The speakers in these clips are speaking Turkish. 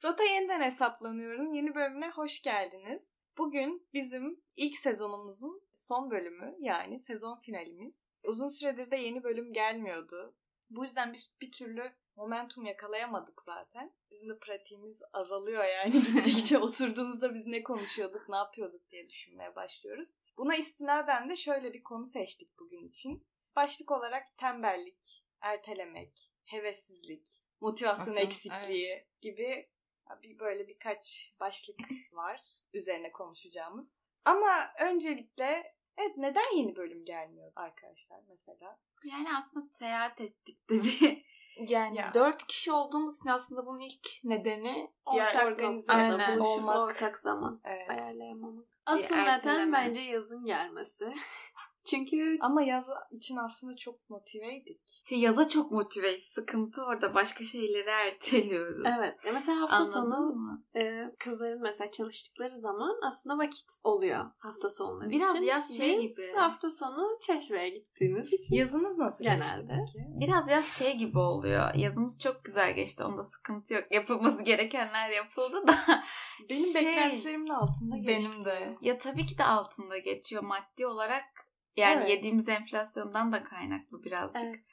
Rota yeniden hesaplanıyorum. Yeni bölümüne hoş geldiniz. Bugün bizim ilk sezonumuzun son bölümü, yani sezon finalimiz. Uzun süredir de yeni bölüm gelmiyordu. Bu yüzden biz bir türlü momentum yakalayamadık zaten. Bizim de pratiğimiz azalıyor yani. Gittikçe oturduğumuzda biz ne konuşuyorduk, ne yapıyorduk diye düşünmeye başlıyoruz. Buna istinaden de şöyle bir konu seçtik bugün için. Başlık olarak tembellik, ertelemek, hevessizlik, motivasyon eksikliği gibi böyle birkaç başlık var üzerine konuşacağımız. Ama öncelikle neden yeni bölüm gelmiyor arkadaşlar mesela? Yani aslında seyahat ettik de bir... Yani 4 kişi olduğumuz için aslında bunun ilk nedeni ortak organize buluşup ortak zaman ayarlayamamak. Asıl neden bence yazın gelmesi. Çünkü ama yaz için aslında çok motiveydik. Yaza çok motiveyiz. Sıkıntı orada. Başka şeyleri erteliyoruz. Evet. Mesela hafta sonu kızların mesela çalıştıkları zaman aslında vakit oluyor hafta sonları biraz için. Biraz yaz şey Biz gibi. hafta sonu Çeşme'ye gittiğimiz için. Yazınız nasıl genelde geçti peki? Biraz yaz şey gibi oluyor. Yazımız çok güzel geçti. Onda sıkıntı yok. Yapılması gerekenler yapıldı da. Benim beklentilerimin altında geçti. Benim de. Ya tabii ki de altında geçiyor maddi olarak. Yani yediğimiz enflasyondan da kaynaklı birazcık. Evet.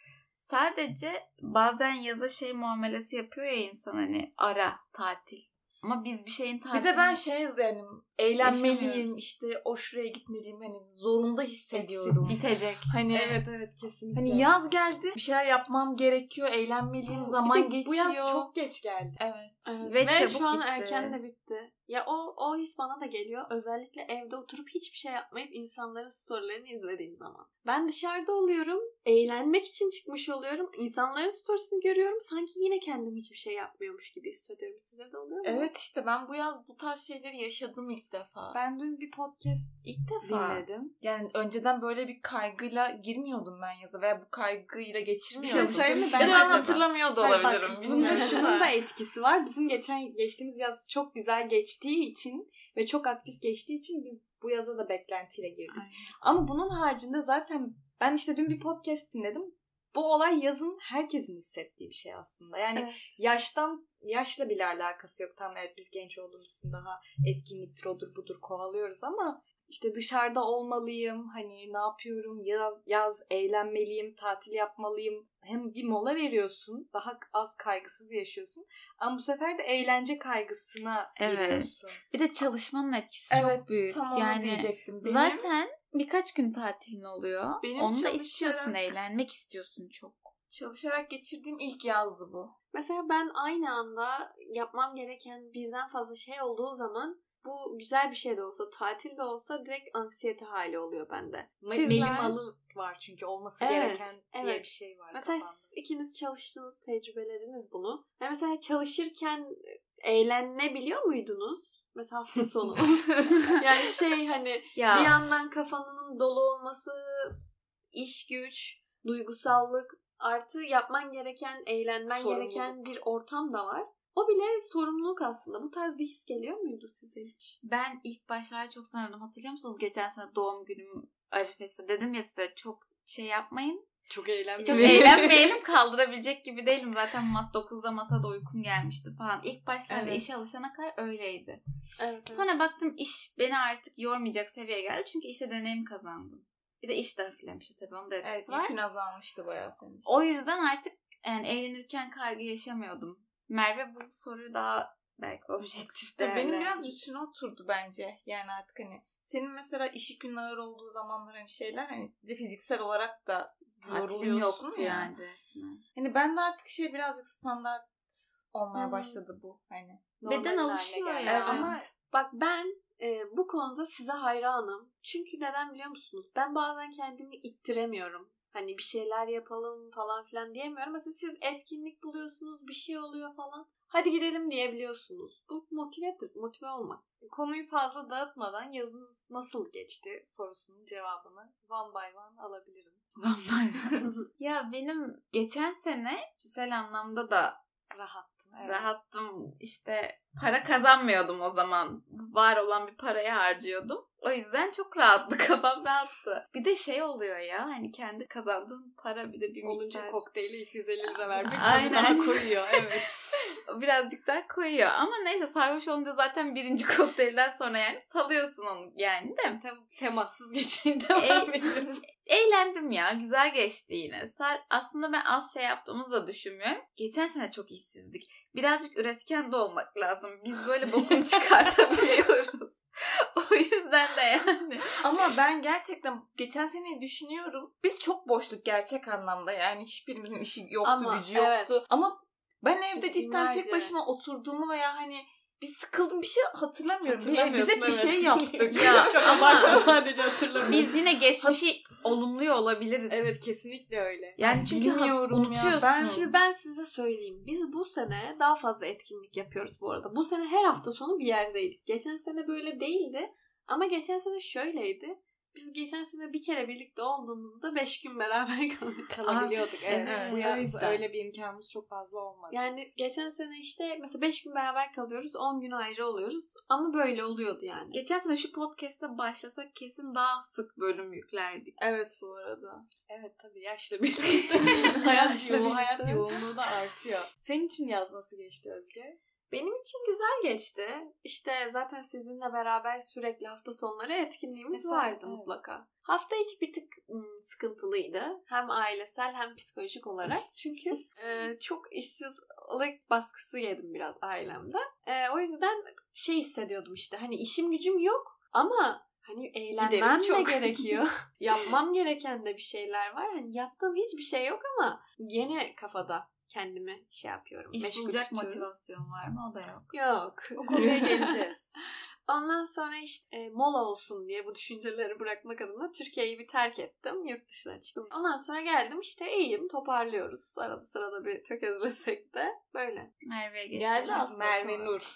Sadece bazen yaza şey muamelesi yapıyor ya insan, hani ara tatil. Ama biz bir şeyin tatilini... Bir de ben yani eğlenmeliyim, işte o şuraya gitmeliyim, hani zorunda hissediyorum. Bitecek. Hani evet kesinlikle. Hani yaz geldi, bir şeyler yapmam gerekiyor, eğlenmeliyim, zaman geçiyor. Bu yaz çok geç geldi. Evet. Ve şu an erken de bitti. Ya o his bana da geliyor. Özellikle evde oturup hiçbir şey yapmayıp insanların storylerini izlediğim zaman. Ben dışarıda oluyorum. Eğlenmek için çıkmış oluyorum. İnsanların storiesini görüyorum. Sanki yine kendim hiçbir şey yapmıyormuş gibi hissediyorum. Size de oluyor mu? Evet, işte ben bu yaz bu tarz şeyleri yaşadım ilk defa. Ben dün bir podcast dinledim. Yani önceden böyle bir kaygıyla girmiyordum ben yaza veya bu kaygıyla geçirmiyordum. Bir şey söyleyeyim mi? Ben hatırlamıyor da olabilirim. Bunda şunun da etkisi var. Bizim geçtiğimiz yaz çok güzel geçtiği için ve çok aktif geçtiği için biz bu yaza da beklentiyle girdik. Aynen. Ama bunun haricinde zaten ben işte dün bir podcast dinledim. Bu olay yazın herkesin hissettiği bir şey aslında. Yani yaşla bile alakası yok. Tamam, evet, biz genç olduğumuz için daha etkinliktir, odur budur kovalıyoruz ama işte dışarıda olmalıyım, hani ne yapıyorum, yaz eğlenmeliyim, tatil yapmalıyım. Hem bir mola veriyorsun, daha az kaygısız yaşıyorsun. Ama bu sefer de eğlence kaygısına giriyorsun. Bir de çalışmanın etkisi çok büyük. Tam onu diyecektim. Zaten birkaç gün tatilin oluyor. Onu da istiyorsun, eğlenmek istiyorsun çok. Çalışarak geçirdiğim ilk yazdı bu. Mesela ben aynı anda yapmam gereken birden fazla şey olduğu zaman bu güzel bir şey de olsa, tatil de olsa direkt anksiyete hali oluyor bende. Melimalı var çünkü olması gereken diye bir şey var. Mesela siz ikiniz çalıştınız, tecrübelediniz bunu. Mesela çalışırken eğlenebiliyor muydunuz? Mesela hafta sonu. Yani hani bir yandan kafanın dolu olması, iş güç, duygusallık, artı yapman gereken, eğlenmen gereken bir ortam da var. O bile sorumluluk aslında. Bu tarz bir his geliyor muydu size hiç? Ben ilk başlarda çok sanıyordum. Hatırlıyor musunuz? Geçen sene doğum günüm arifesi. Dedim ya size, çok şey yapmayın. Çok eğlenmeyelim. Çok eğlenmeyelim. Kaldırabilecek gibi değilim. Zaten 9'da masada uykum gelmişti falan. İlk başlarda işe alışana kadar öyleydi. Evet. Sonra baktım iş beni artık yormayacak seviyeye geldi. Çünkü işte deneyim kazandım. Bir de iş de hafiflemişti tabii. Onun da etkisi var. Yükün azalmıştı bayağı senin için. O yüzden artık yani eğlenirken kaygı yaşamıyordum. Merve bu soruyu daha belki objektif değerlendirdi. Benim biraz rutine oturdu bence. Yani artık hani senin mesela iş yükün ağır olduğu zamanlar hani şeyler, hani de fiziksel olarak da yoruluyorsun yani resmen. Hani ben de artık birazcık standart olmaya başladı bu. Hani beden alışıyor ya. Evet. Ama bak ben bu konuda size hayranım. Çünkü neden biliyor musunuz? Ben bazen kendimi ittiremiyorum. Hani bir şeyler yapalım falan filan diyemiyorum. Mesela siz etkinlik buluyorsunuz, bir şey oluyor falan. Hadi gidelim diyebiliyorsunuz. Bu motive olmak. Konuyu fazla dağıtmadan yazınız nasıl geçti sorusunun cevabını one by one alabilirim. One by one. Ya benim geçen sene kişisel anlamda da rahattım. İşte para kazanmıyordum o zaman. Var olan bir parayı harcıyordum. O yüzden çok rahattı. Kafam rahattı. Bir de şey oluyor ya hani kendi kazandığın para bir de bir olunca miktar. kokteyli 250 lira vermek Aynen. daha koyuyor. Evet. Birazcık daha koyuyor. Ama neyse sarhoş olunca zaten birinci kokteylden sonra yani salıyorsun onu yani de. Temassız geçmeye devam ediyoruz. Eğlendim ya. Güzel geçti yine. Aslında ben az şey yaptığımızı da düşünmüyorum. Geçen sene çok işsizdik. Birazcık üretken de olmak lazım. Biz böyle bokunu çıkartabiliyoruz. O yüzden de yani. Ama ben gerçekten geçen seneyi düşünüyorum. Biz çok boştuk gerçek anlamda. Yani hiçbirimizin işi yoktu, gücü yoktu. Evet. Ama ben evde biz cidden tek başıma oturduğumu veya hani bir sıkıldım bir şey hatırlamıyorum. Biz hep bir şey yaptık. Ya çok abartma sadece hatırlamıyorum. Biz yine geçmişi olumluyor olabiliriz. Evet kesinlikle öyle. Yani çünkü unutuyorsun. Ben size söyleyeyim. Biz bu sene daha fazla etkinlik yapıyoruz bu arada. Bu sene her hafta sonu bir yerdeydik. Geçen sene böyle değildi. Ama geçen sene şöyleydi. Biz geçen sene bir kere birlikte olduğumuzda 5 gün beraber kalabiliyorduk. Evet. Bu yaz öyle bir imkanımız çok fazla olmadı. Yani geçen sene işte mesela 5 gün beraber kalıyoruz, 10 gün ayrı oluyoruz. Ama böyle oluyordu yani. Geçen sene şu podcast'a başlasak kesin daha sık bölüm yüklerdik. Evet bu arada. Evet tabii yaşla birlikte. hayat yoğunluğu da artıyor. Senin için yaz nasıl geçti Özge? Benim için güzel geçti. İşte zaten sizinle beraber sürekli hafta sonları etkinliğimiz vardı mutlaka. Hafta içi bir tık sıkıntılıydı. Hem ailesel hem psikolojik olarak. Çünkü çok işsizlik baskısı yedim biraz ailemden. O yüzden şey hissediyordum işte. Hani işim gücüm yok ama hani eğlenmem de gerekiyor. Yapmam gereken de bir şeyler var. Hani yaptığım hiçbir şey yok ama gene kafada kendimi şey yapıyorum. İş bulacak motivasyon var mı? O da yok. Yok. O konuya geleceğiz. Ondan sonra işte mola olsun diye bu düşünceleri bırakmak adına Türkiye'yi bir terk ettim. Yurt dışına çıktım. Ondan sonra geldim işte iyiyim. Toparlıyoruz. Arada sırada bir tökezlesek de. Böyle. Merve'ye geçelim. Geldi aslında Merve Nur.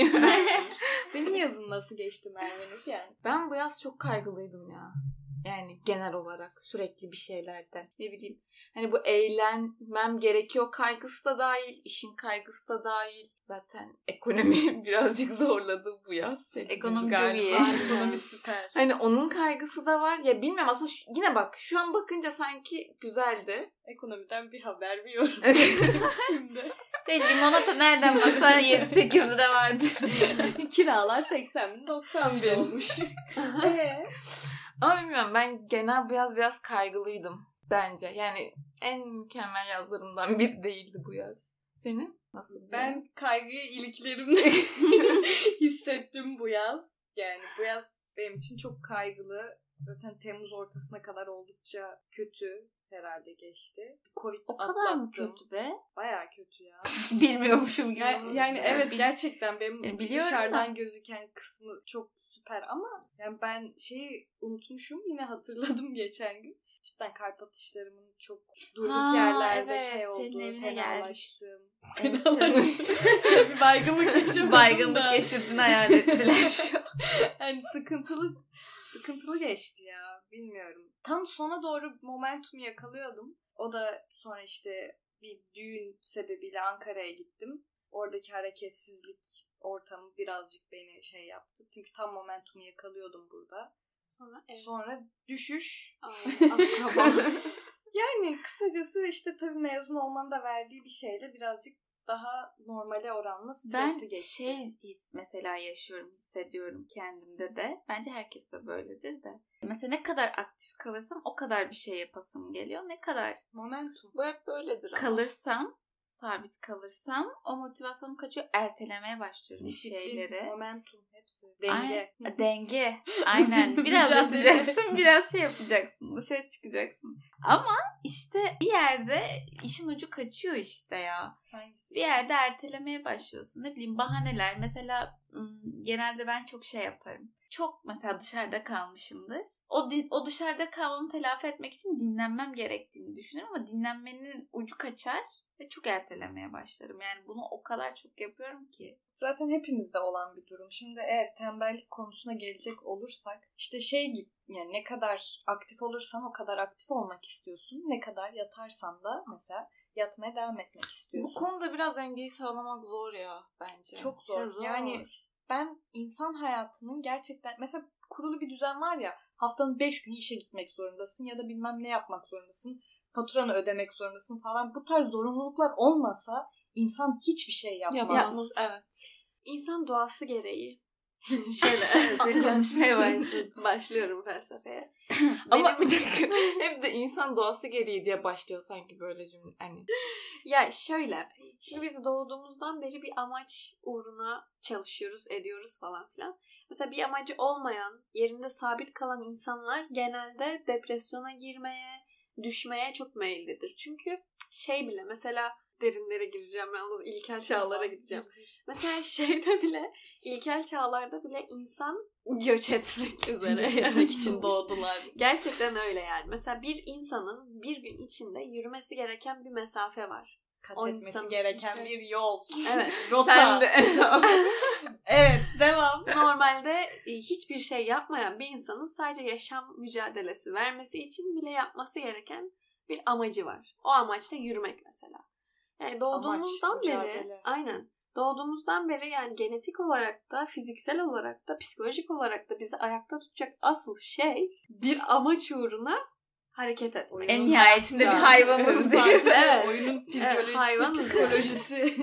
Senin yazın nasıl geçti Merve Nur yani? Ben bu yaz çok kaygılıydım ya. Yani genel olarak sürekli bir şeylerden. Ne bileyim hani bu eğlenmem gerekiyor kaygısı da dahil, işin kaygısı da dahil. Zaten ekonomi birazcık zorladı bu yaz. Ekonomi çok iyi. Ekonomi süper. Hani onun kaygısı da var. Ya bilmem aslında yine bak şu an bakınca sanki güzeldi. Ekonomiden bir haber bir yorum. Şimdi. Limonata nereden baksan 7-8 lira vardır. Kiralar 80 bin 90 bin olmuş. Ama bilmiyorum ben genel bu yaz biraz kaygılıydım bence. Yani en mükemmel yazlarımdan biri değildi bu yaz. Senin? Nasıl? Ben kaygıyı iliklerimle hissettim bu yaz. Yani bu yaz benim için çok kaygılı. Zaten Temmuz ortasına kadar oldukça kötü herhalde geçti. Covid o atlattım. kadar mı kötü be? Bayağı kötü ya. Bilmiyormuşum gibi. Yani evet gerçekten benim dışarıdan da gözüken kısmı çok süper ama yani ben şeyi unutmuşum yine hatırladım geçen gün. Cidden kalp atışlarımın çok durduk yerlerde şey olduğu, fenalaştım. Bir baygınlık yaşadım. Baygınlık geçirdin hayal ettiler şu. Yani sıkıntılı geçti ya. Bilmiyorum. Tam sona doğru momentum yakalıyordum. O da sonra işte bir düğün sebebiyle Ankara'ya gittim. Oradaki hareketsizlik ortamı birazcık beni şey yaptı. Çünkü tam momentumu yakalıyordum burada. Sonra düşüş. Yani kısacası işte tabii mezun olmanın da verdiği bir şeyle birazcık daha normale oranla stresli geçti. Ben mesela hissediyorum kendimde de. Bence herkes de böyledir de. Mesela ne kadar aktif kalırsam o kadar bir şey yapasım geliyor. Ne kadar momentum. Bu hep böyledir ama. Sabit kalırsam o motivasyonum kaçıyor. Ertelemeye başlıyorum şeyleri. Momentum hepsi. Denge. Denge. Aynen. Biraz yatacaksın, biraz şey yapacaksın. Dışarı çıkacaksın. Ama işte bir yerde işin ucu kaçıyor işte ya. Hangisi? Bir yerde ertelemeye başlıyorsun. Ne bileyim bahaneler. Mesela genelde ben çok şey yaparım. Çok mesela dışarıda kalmışımdır. O dışarıda kalmamı telafi etmek için dinlenmem gerektiğini düşünürüm ama dinlenmenin ucu kaçar. Ve çok ertelemeye başlarım. Yani bunu o kadar çok yapıyorum ki. Zaten hepimizde olan bir durum. Şimdi eğer tembellik konusuna gelecek olursak işte şey gibi yani ne kadar aktif olursan o kadar aktif olmak istiyorsun. Ne kadar yatarsan da mesela yatmaya devam etmek istiyorsun. Bu konuda biraz dengeyi sağlamak zor ya bence. Çok zor. Yani ben insan hayatının gerçekten mesela kurulu bir düzen var ya, haftanın 5 günü işe gitmek zorundasın ya da bilmem ne yapmak zorundasın, faturanı ödemek zorundasın falan. Bu tarz zorunluluklar olmasa insan hiçbir şey yapmaz. Evet. İnsan doğası gereği. Şimdi şöyle konuşmaya başlıyorum felsefeye. Ama bir dakika, hep de insan doğası gereği diye başlıyor sanki böyle cümle. Hani. Ya şöyle, şimdi biz doğduğumuzdan beri bir amaç uğruna çalışıyoruz, ediyoruz falan filan. Mesela bir amacı olmayan, yerinde sabit kalan insanlar genelde depresyona girmeye, düşmeye çok meyillidir. Çünkü bile mesela derinlere gireceğim yalnız, ilkel çağlara gideceğim. Mesela bile, ilkel çağlarda bile insan göç etmek üzere. Göç etmek için doğdular. Gerçekten öyle yani. Mesela bir insanın bir gün içinde yürümesi gereken bir mesafe var. Kat etmesi gereken bir yol. Evet. Rota. Sen de. Evet, devam. Normalde hiçbir şey yapmayan bir insanın sadece yaşam mücadelesi vermesi için bile yapması gereken bir amacı var. O amaç da yürümek mesela. Yani doğduğumuzdan beri, aynen. Doğduğumuzdan beri yani genetik olarak da, fiziksel olarak da, psikolojik olarak da bizi ayakta tutacak asıl şey bir amaç uğruna hareket etmek. En nihayetinde bir hayvanız diye. Evet. Oyunun fizyolojisi, hayvanız psikolojisi.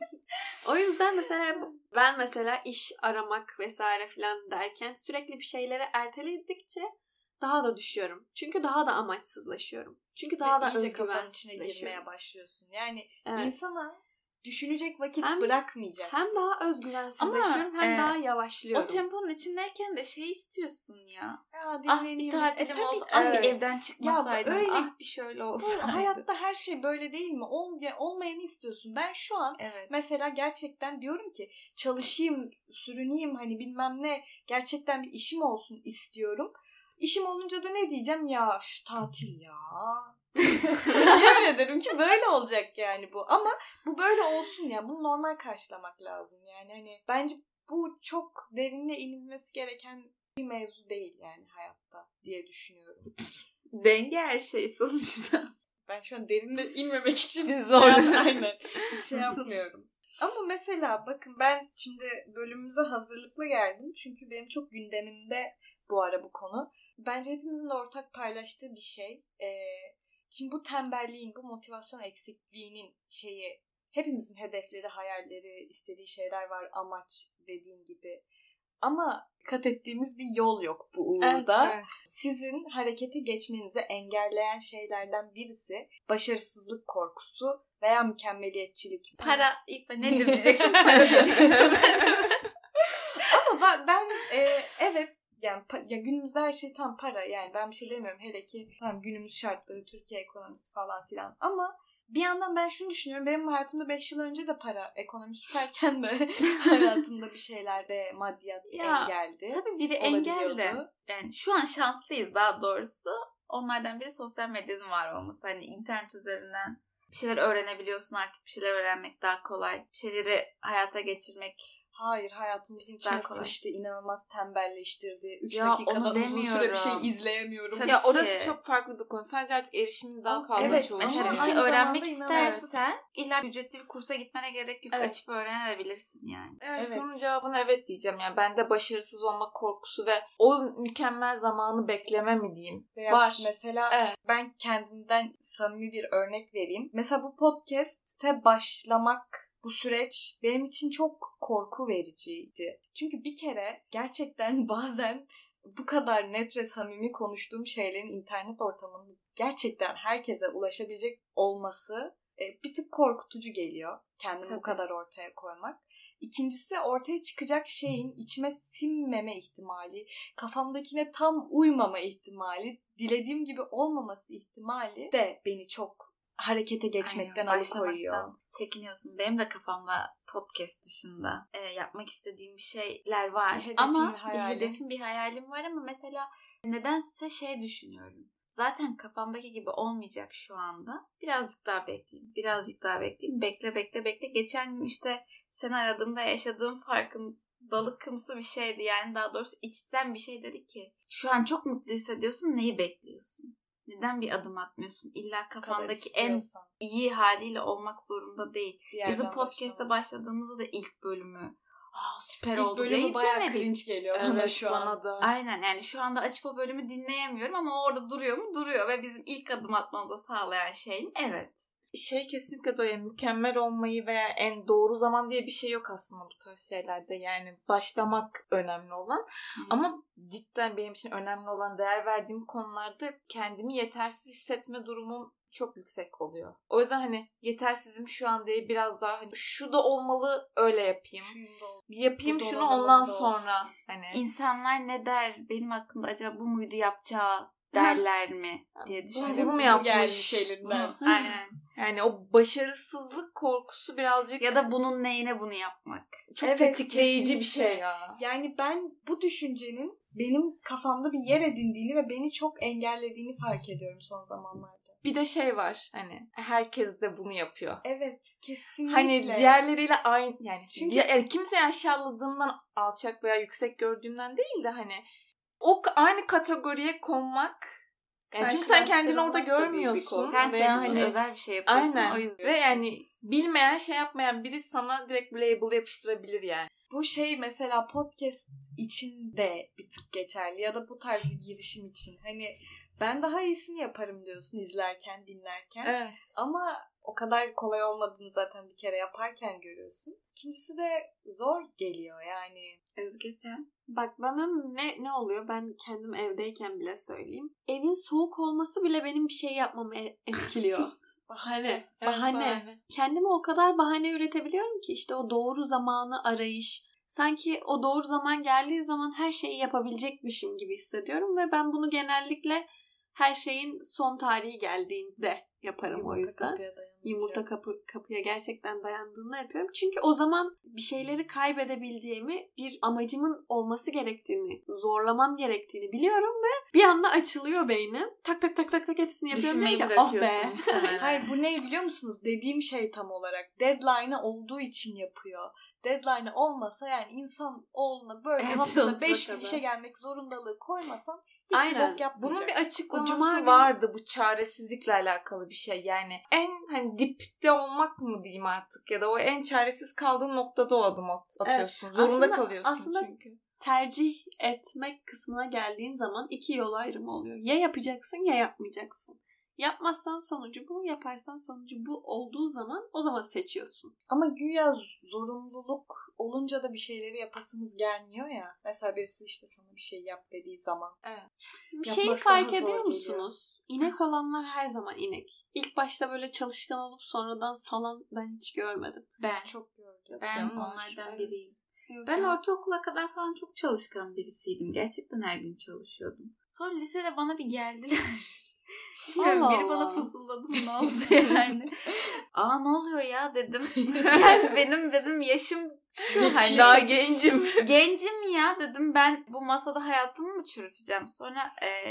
O yüzden ben mesela iş aramak vesaire falan derken sürekli bir şeyleri erteledikçe daha da düşüyorum. Çünkü daha da amaçsızlaşıyorum. Çünkü daha da özgüvensizleşiyorum. Girmeye başlıyorsun. Yani insana düşünecek vakit hem bırakamayacaksın. Hem daha özgüvensizleşiyorum hem daha yavaşlıyorum. O temponun içindeyken de istiyorsun ya. Dinleneyim. Bir tatilim olsa, evet. Bir evden çıkmasaydım. Öyle, bir şöyle olsaydı. Hayatta her şey böyle değil mi? Olmayanı istiyorsun. Ben şu an mesela gerçekten diyorum ki çalışayım, sürüneyim, hani bilmem ne, gerçekten bir işim olsun istiyorum. İşim olunca da ne diyeceğim? Ya şu tatil ya. Yemin ederim ki böyle olacak yani bu. Ama bu böyle olsun ya. Bunu normal karşılamak lazım. Yani hani bence bu çok derinle inilmesi gereken bir mevzu değil yani hayatta diye düşünüyorum. Denge her şey sonuçta. Ben şu an derinle inmemek için zor. Aynen. Yapmıyorum. Ama mesela bakın, ben şimdi bölümümüze hazırlıklı geldim. Çünkü benim çok gündemimde bu ara bu konu. Bence hepimizin de ortak paylaştığı bir şey. Şimdi bu tembelliğin, bu motivasyon eksikliğinin hepimizin hedefleri, hayalleri, istediği şeyler var, amaç dediğin gibi. Ama kat ettiğimiz bir yol yok bu uğurda. Evet. Sizin harekete geçmenizi engelleyen şeylerden birisi başarısızlık korkusu veya mükemmeliyetçilik. Para, nedir diyeceksin? Para diyeceksin. Ama ben evet, yani ya günümüzde her şey tam para, yani ben bir şey demiyorum, hele ki tam günümüz şartları, Türkiye ekonomisi falan filan, ama bir yandan ben şunu düşünüyorum, benim hayatımda 5 yıl önce de para, ekonomi süperken de hayatımda bir şeylerde maddiyat engeldi. Tabii biri engel de. Yani şu an şanslıyız daha doğrusu. Onlardan biri sosyal medyanın var olması. Hani internet üzerinden bir şeyler öğrenebiliyorsun artık, bir şeyler öğrenmek daha kolay. Bir şeyleri hayata geçirmek. Hayır, hayatımızın içine sıçtı, inanılmaz tembelleştirdi. 3 dakikada uzun süre bir şey izleyemiyorum. Tabii ya orası çok farklı bir konu. Sadece artık erişimin daha fazla çoğu. Mesela bir şey öğrenmek istersen illa ücretli bir kursa gitmene gerek yok. Açıp öğrenebilirsin yani. Evet. Sorunun cevabına evet diyeceğim. Yani bende başarısız olma korkusu ve o mükemmel zamanı bekleme mi diyeyim? Var. Mesela ben kendimden samimi bir örnek vereyim. Mesela bu podcast'te başlamak, bu süreç benim için çok korku vericiydi. Çünkü bir kere gerçekten bazen bu kadar net ve samimi konuştuğum şeylerin internet ortamında gerçekten herkese ulaşabilecek olması bir tık korkutucu geliyor. Kendimi bu kadar ortaya koymak. İkincisi, ortaya çıkacak şeyin içime sinmeme ihtimali, kafamdakine tam uymama ihtimali, dilediğim gibi olmaması ihtimali de beni çok harekete geçmekten alıkoyuyor. Çekiniyorsun. Benim de kafamda podcast dışında yapmak istediğim bir şeyler var. Hedefim, bir hayalim var ama mesela nedense düşünüyorum. Zaten kafamdaki gibi olmayacak şu anda. Birazcık daha bekleyeyim. Bekle. Geçen gün seni aradığımda yaşadığım farkındalıkımsı bir şeydi. Yani daha doğrusu içten bir şey dedi ki, şu an çok mutlu hissediyorsun, neyi bekliyorsun? Neden bir adım atmıyorsun? İlla kafandaki en iyi haliyle olmak zorunda değil. Biz bu podcast'a başladığımızda da ilk bölümü süper oldu diye bölümü bayağı yüklemedik. cringe geliyor bana şu an. Bana da. Aynen, yani şu anda açıp o bölümü dinleyemiyorum ama orada duruyor mu? Duruyor ve bizim ilk adım atmamıza sağlayan şey mi? Evet. Kesinlikle de mükemmel olmayı veya en doğru zaman diye bir şey yok aslında bu tarz şeylerde. Yani başlamak önemli olan. Ama cidden benim için önemli olan, değer verdiğim konularda kendimi yetersiz hissetme durumum çok yüksek oluyor. O yüzden hani yetersizim şu an diye biraz daha hani şu da olmalı, öyle yapayım. Yapayım şunu ondan sonra. Hani İnsanlar ne der? Benim hakkımda acaba bu muydu yapacağı derler mi diye düşünüyorum. Bunu mu yapmış elinden? Aynen. Yani o başarısızlık korkusu birazcık Ya da bunun neyine bunu yapmak. çok tetikleyici bir şey ya. Yani ben bu düşüncenin benim kafamda bir yer edindiğini ve beni çok engellediğini fark ediyorum son zamanlarda. Bir de var hani herkes de bunu yapıyor. Evet, kesinlikle. Hani diğerleriyle aynı yani. Çünkü yani kimseyi aşağıladığımdan, alçak veya yüksek gördüğümden değil de hani o aynı kategoriye konmak. Yani çünkü sen kendini orada görmüyorsun. Sen veya senin için hani özel bir şey yapıyorsun. Aynen. O yüzden. Ve yani bilmeyen, yapmayan biri sana direkt label yapıştırabilir yani. Bu mesela podcast için de bir tık geçerli ya da bu tarz bir girişim için. Hani ben daha iyisini yaparım diyorsun izlerken, dinlerken. Evet. Ama o kadar kolay olmadığını zaten bir kere yaparken görüyorsun. İkincisi de zor geliyor yani. Özge sen? Bak bana ne oluyor? Ben kendim evdeyken bile söyleyeyim. Evin soğuk olması bile benim bir şey yapmamı etkiliyor. Bahane. Kendime o kadar bahane üretebiliyorum ki işte o doğru zamanı arayış. Sanki o doğru zaman geldiği zaman her şeyi yapabilecekmişim gibi hissediyorum ve ben bunu genellikle her şeyin son tarihi geldiğinde yaparım. O yüzden. Yumurta kapıya gerçekten dayandığında yapıyorum. Çünkü o zaman bir şeyleri kaybedebileceğimi, bir amacımın olması gerektiğini, zorlamam gerektiğini biliyorum ve bir anda açılıyor beynim. Tak tak tak tak tak hepsini yapıyorum. Düşünmeyi bırakıyorsun. Hayır, bu ne biliyor musunuz? Dediğim şey tam olarak. Deadline'ı olduğu için yapıyor. Deadline'ı olmasa yani insan oğluna böyle haftada 5 gün işe gelmek zorundalığı koymasan hiçbir bok yapmayacak. Bunun bir açıklaması vardı, bu çaresizlikle alakalı bir şey. Yani en hani dipte olmak mı diyeyim artık, ya da o en çaresiz kaldığın noktada o adım atıyorsun. Evet. Zorunda kalıyorsun çünkü. Tercih etmek kısmına geldiğin zaman 2 yol ayrımı oluyor. Ya yapacaksın ya yapmayacaksın. Yapmazsan sonucu bu, yaparsan sonucu bu olduğu zaman o zaman seçiyorsun. Ama güya zorunluluk olunca da bir şeyleri yapasımız gelmiyor ya. Mesela birisi işte sana bir şey yap dediği zaman. Evet. Bir şeyi fark ediyor musunuz? İnek olanlar her zaman inek. İlk başta böyle çalışkan olup sonradan salan ben hiç görmedim. Ben çok gördüm. Ben onlardan biriyim. Ben ortaokula kadar falan çok çalışkan birisiydim. Gerçekten her gün çalışıyordum. Sonra lisede bana bir geldiler. Bilmiyorum, biri bana fısıldadı mı, ne oldu yani. Ne oluyor ya dedim. Yani benim dedim yaşım şu, hani daha gencim. Gencim ya dedim, ben bu masada hayatımı mı çürüteceğim? Sonra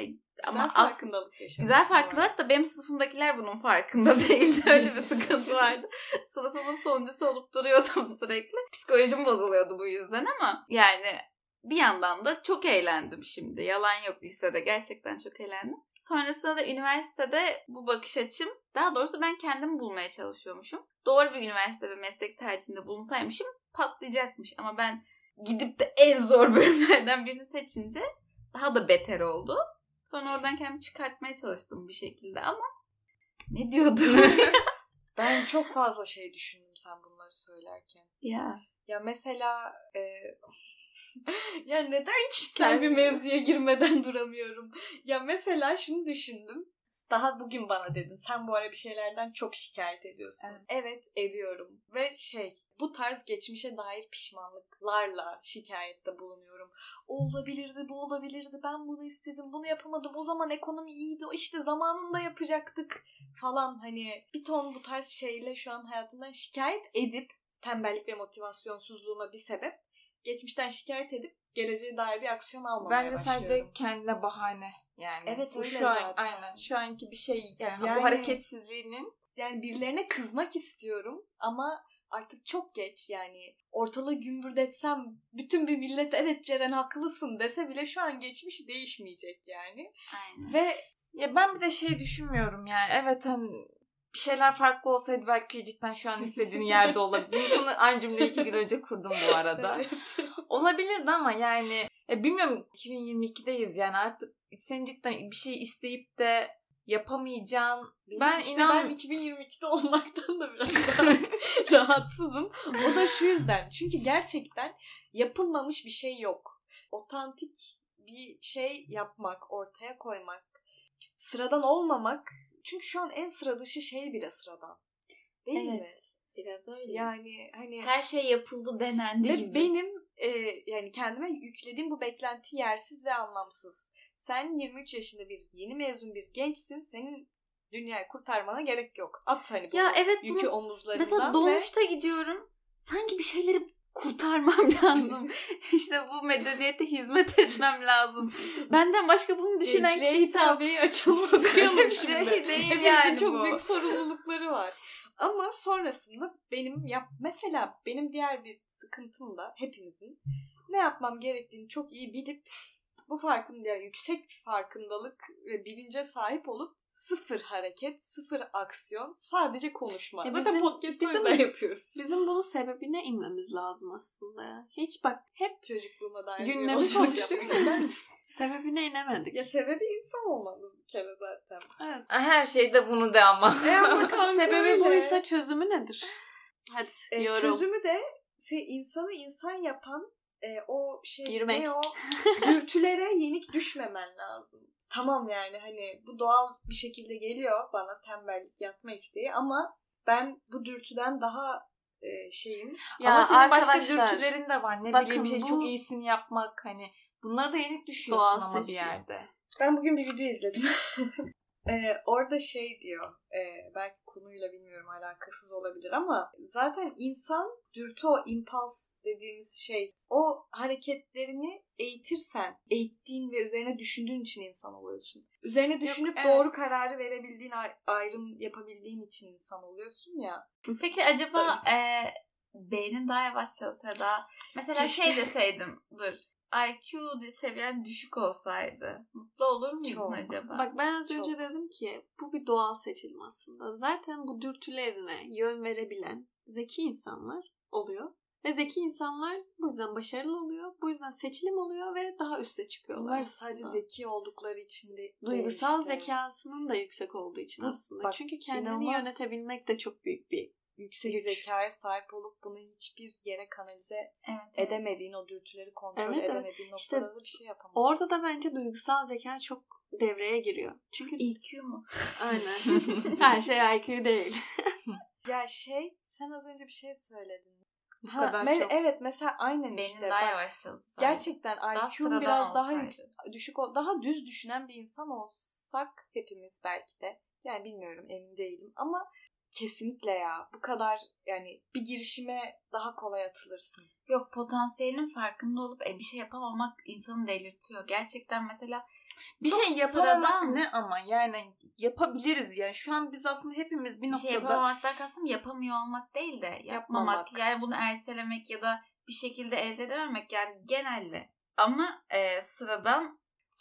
ama farkındalık güzel farkındalık da benim sınıfımdakiler bunun farkında değildi. Öyle bir sıkıntı vardı. Sınıfımın sonuncusu olup duruyordum sürekli. Psikolojim bozuluyordu bu yüzden ama yani bir yandan da çok eğlendim şimdi. Yalan yok, lisede gerçekten çok eğlendim. Sonrasında da üniversitede bu bakış açım, daha doğrusu ben kendimi bulmaya çalışıyormuşum. Doğru bir üniversite ve meslek tercihinde bulunsaymışım patlayacakmış. Ama ben gidip de en zor bölümlerden birini seçince daha da beter oldu. Sonra oradan kendimi çıkartmaya çalıştım bir şekilde ama ne diyordum? Ben çok fazla şey düşündüm sen bunları söylerken. Ya mesela ya neden kişisel bir mevzuya girmeden duramıyorum? Ya mesela şunu düşündüm. Daha bugün bana dedin. Sen bu ara bir şeylerden çok şikayet ediyorsun. Evet ediyorum. Ve bu tarz geçmişe dair pişmanlıklarla şikayette bulunuyorum. O olabilirdi, bu olabilirdi. Ben bunu istedim, bunu yapamadım. O zaman ekonomi iyiydi. İşte zamanında yapacaktık falan. Hani bir ton bu tarz şeyle şu an hayatımdan şikayet edip tembellik ve motivasyonsuzluğuma bir sebep. Geçmişten şikayet edip geleceğe dair bir aksiyon almamaya başlıyorum. Bence sadece kendine bahane. Yani evet, öyle şu an, aynen şu anki bir şey yani bu hareketsizliğinin. Yani birilerine kızmak istiyorum ama artık çok geç yani. Ortalığı gümbürdetsem bütün bir millet evet Ceren haklısın dese bile şu an geçmiş değişmeyecek yani. Aynen. Ve ya ben bir de düşünmüyorum yani, evet hani bir şeyler farklı olsaydı belki cidden şu an istediğin yerde olabilir. Bunu aynı cümleyi 2 gün önce kurdum bu arada. Evet. Olabilirdi ama yani bilmiyorum, 2022'deyiz yani artık sen cidden bir şey isteyip de yapamayacağın. Ben 2022'de olmaktan da biraz daha rahatsızım. O da şu yüzden. Çünkü gerçekten yapılmamış bir şey yok. Otantik bir şey yapmak, ortaya koymak, sıradan olmamak. Çünkü şu an en sıra dışı şey bile sıradan. Değil mi? Biraz öyle. Yani hani her şey yapıldı denendi gibi. Benim yani kendime yüklediğim bu beklenti yersiz ve anlamsız. Sen 23 yaşında bir yeni mezun bir gençsin. Senin dünyayı kurtarmana gerek yok. At hani bu yükü omuzlarından. Mesela dolmuşta gidiyorum. Sanki bir şeyleri kurtarmam lazım. İşte bu medeniyete hizmet etmem lazım. Benden başka bunu düşünen kimse... Gençliğe hitabeyi açılmadıyalım şimdi. Değil hepimizin yani çok büyük sorumlulukları var. Ama sonrasında mesela benim diğer bir sıkıntım da hepimizin ne yapmam gerektiğini çok iyi bilip bu yüksek farkındalık ve bilince sahip olup sıfır hareket, sıfır aksiyon, sadece konuşma. Zaten podcast'ı da yapıyoruz. Bizim bunun sebebine inmemiz lazım aslında. Hiç bak hep çocukluğuma dair gündemi konuştuk. Sebebine inemedik. Ya sebebi insan olmamız bir kere zaten. Evet. Her şeyde bunu de ama. Sebebi buysa çözümü nedir? Hadi yorum. Çözümü de insanı insan yapan o şey yürümek. Ne o dürtülere yenik düşmemen lazım. Tamam yani hani bu doğal bir şekilde geliyor bana tembellik yatma isteği ama ben bu dürtüden daha şeyim. Ya ama senin başka dürtülerin de var. Ne bileyim şey çok iyisini yapmak hani bunlara da yenik düşüyorsun ama bir yerde. Ben bugün bir video izledim. Orada şey diyor, belki konuyla bilmiyorum alakasız olabilir ama zaten insan dürtü, o impuls dediğimiz şey, o hareketlerini eğitirsen, eğittiğin ve üzerine düşündüğün için insan oluyorsun. Üzerine düşünüp doğru kararı verebildiğin, ayrım yapabildiğin için insan oluyorsun ya. Peki acaba beynin daha yavaş çalışsa da mesela şey deseydim, IQ seviyen düşük olsaydı mutlu olur muydun acaba? Bak ben az önce dedim ki bu bir doğal seçilim aslında. Zaten bu dürtülerine yön verebilen zeki insanlar oluyor. Ve zeki insanlar bu yüzden başarılı oluyor. Bu yüzden seçilim oluyor ve daha üste çıkıyorlar. Bunlar sadece zeki oldukları için de duygusal zekasının da yüksek olduğu için aslında. Bak, çünkü kendini yönetebilmek de çok büyük bir yüksek zekaya sahip olup bunu hiçbir yere kanalize edemediğin, o dürtüleri kontrol edemediğin noktada da bir şey yapamazsın. Orada da bence duygusal zeka çok devreye giriyor. Çünkü IQ mu? Aynen. Her şey IQ değil. Ya sen az önce bir şey söyledin. Bu kadar çok. Evet mesela aynen benim işte. Daha yavaş çalışsaydı. Gerçekten IQ'm biraz daha düşük, daha düz düşünen bir insan olsak hepimiz belki de. Yani bilmiyorum, emin değilim ama kesinlikle ya. Bu kadar yani bir girişime daha kolay atılırsın. Yok, potansiyelinin farkında olup bir şey yapamamak insanı delirtiyor. Gerçekten mesela bir şey yapamamak ne ama yani yapabiliriz yani. Şu an biz aslında hepimiz bir noktada. Bir şey yapamamaktan kastım yapamıyor olmak değil de yapmamak. Yani bunu ertelemek ya da bir şekilde elde edememek yani genelde. Ama sıradan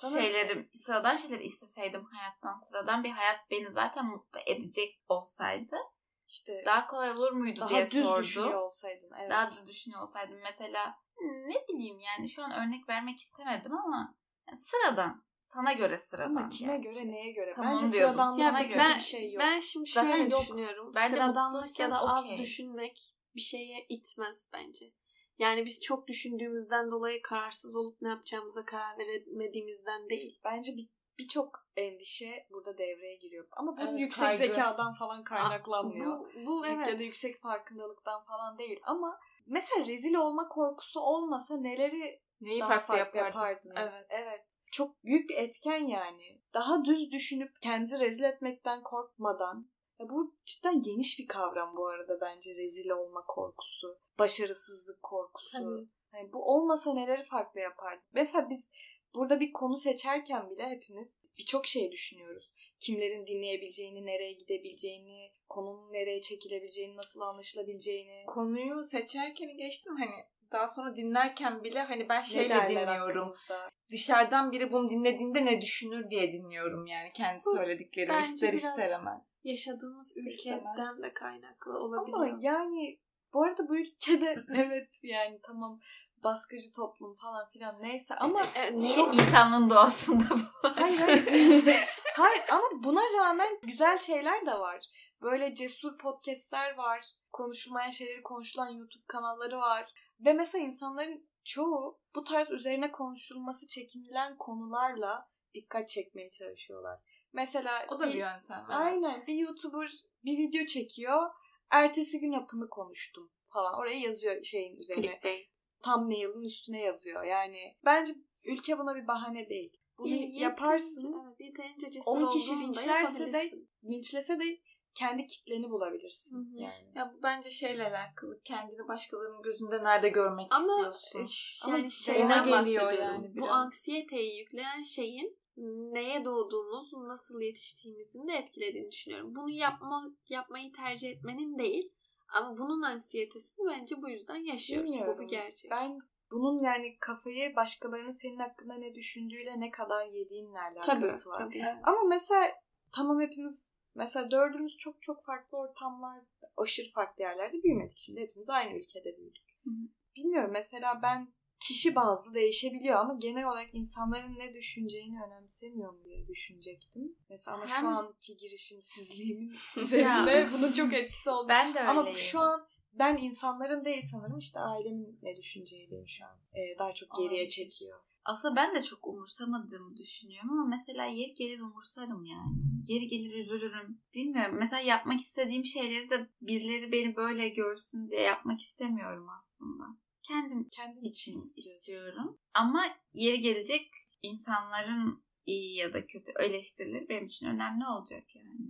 şeyleri isteseydim hayattan, sıradan bir hayat beni zaten mutlu edecek olsaydı işte daha kolay olur muydu diye sordum. Daha düz düşünüyor olsaydın. Evet. Daha düz düşünüyor olsaydım. Mesela ne bileyim yani şu an örnek vermek istemedim ama sıradan. Sana göre sıradan. Ama kime göre, neye göre? Tamam, bence sıradanlık sana göre bir şey yok. Ben şimdi şöyle düşünüyorum. Bence sıradanlık ya da az düşünmek bir şeye itmez bence. Yani biz çok düşündüğümüzden dolayı kararsız olup ne yapacağımıza karar veremediğimizden değil. Bence birçok endişe burada devreye giriyor. Ama bu yüksek zekadan falan kaynaklanmıyor. Bu evet. Ya da yüksek farkındalıktan falan değil. Ama mesela rezil olma korkusu olmasa neyi farklı yapardınız? Evet. Çok büyük bir etken yani. Daha düz düşünüp kendinizi rezil etmekten korkmadan. Ya bu cidden geniş bir kavram bu arada bence, rezil olma korkusu, başarısızlık korkusu. Tabii. Yani bu olmasa neleri farklı yapardık? Mesela biz burada bir konu seçerken bile hepimiz birçok şey düşünüyoruz. Kimlerin dinleyebileceğini, nereye gidebileceğini, konunun nereye çekilebileceğini, nasıl anlaşılabileceğini. Konuyu seçerken geçtim hani daha sonra dinlerken bile hani ben şeyle dinliyorum. Dışarıdan biri bunu dinlediğinde ne düşünür diye dinliyorum yani kendi söylediklerimi ister istemez. yaşadığımız ülkeden de kaynaklı olabiliyor. Ama yani bu arada bu ülkede evet yani tamam baskıcı toplum falan filan neyse ama çok insanlığın doğasında bu. Hayır ama buna rağmen güzel şeyler de var. Böyle cesur podcastler var. Konuşulmayan şeyleri konuşulan YouTube kanalları var. Ve mesela insanların çoğu bu tarz üzerine konuşulması çekinilen konularla dikkat çekmeye çalışıyorlar. Mesela o da bir yöntem. Evet. Aynen bir YouTuber bir video çekiyor. Ertesi gün hapını konuştum falan. Oraya yazıyor şeyin üzerine. Clickbait. Thumbnail'ın üstüne yazıyor. Yani bence ülke buna bir bahane değil. Bunu yaparsın. Yeterince cesur 10 kişi linçlese de kendi kitleni bulabilirsin. Hı-hı. Yani. Ya bu bence şeyle alakalı. Kendini başkalarının gözünde nerede görmek istiyorsun. Yani şeyden bahsediyorum. Yani bu anksiyeteyi yükleyen şeyin neye doğduğumuz, nasıl yetiştiğimizin de etkilediğini düşünüyorum. Bunu yapmayı tercih etmenin değil. Ama bunun anksiyetesini bence bu yüzden yaşıyoruz. Bilmiyorum. Bu bir gerçek. Ben bunun yani kafayı başkalarının senin hakkında ne düşündüğüyle ne kadar yediğinle alakası var. Tabii. Ama mesela tamam hepimiz mesela dördümüz çok çok farklı ortamlarda, aşırı farklı yerlerde büyümedik. Şimdi hepimiz aynı ülkede büyüdük. Hı-hı. Bilmiyorum mesela ben kişi bazlı değişebiliyor ama genel olarak insanların ne düşüneceğini önemsemiyorum diye düşünecektim. Mesela ama şu anki girişimsizliğimin üzerinde bunun çok etkisi oldu. Ben de öyleyim. Ama şu an ben insanların değil sanırım işte ailemin ne düşüneceği beni şu an daha çok geriye çekiyor. Aslında ben de çok umursamadığımı düşünüyorum ama mesela yeri gelir umursarım yani. Yeri gelir üzülürüm. Bilmiyorum. Mesela yapmak istediğim şeyleri de birileri beni böyle görsün diye yapmak istemiyorum aslında. Kendim için istiyorum. Ama yeri gelecek insanların iyi ya da kötü eleştirileri benim için önemli olacak yani.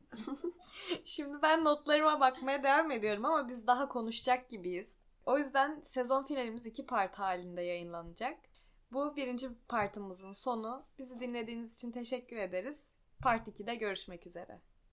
Şimdi ben notlarıma bakmaya devam ediyorum ama biz daha konuşacak gibiyiz. O yüzden sezon finalimiz 2 part halinde yayınlanacak. Bu 1. partımızın sonu. Bizi dinlediğiniz için teşekkür ederiz. Part 2'de görüşmek üzere.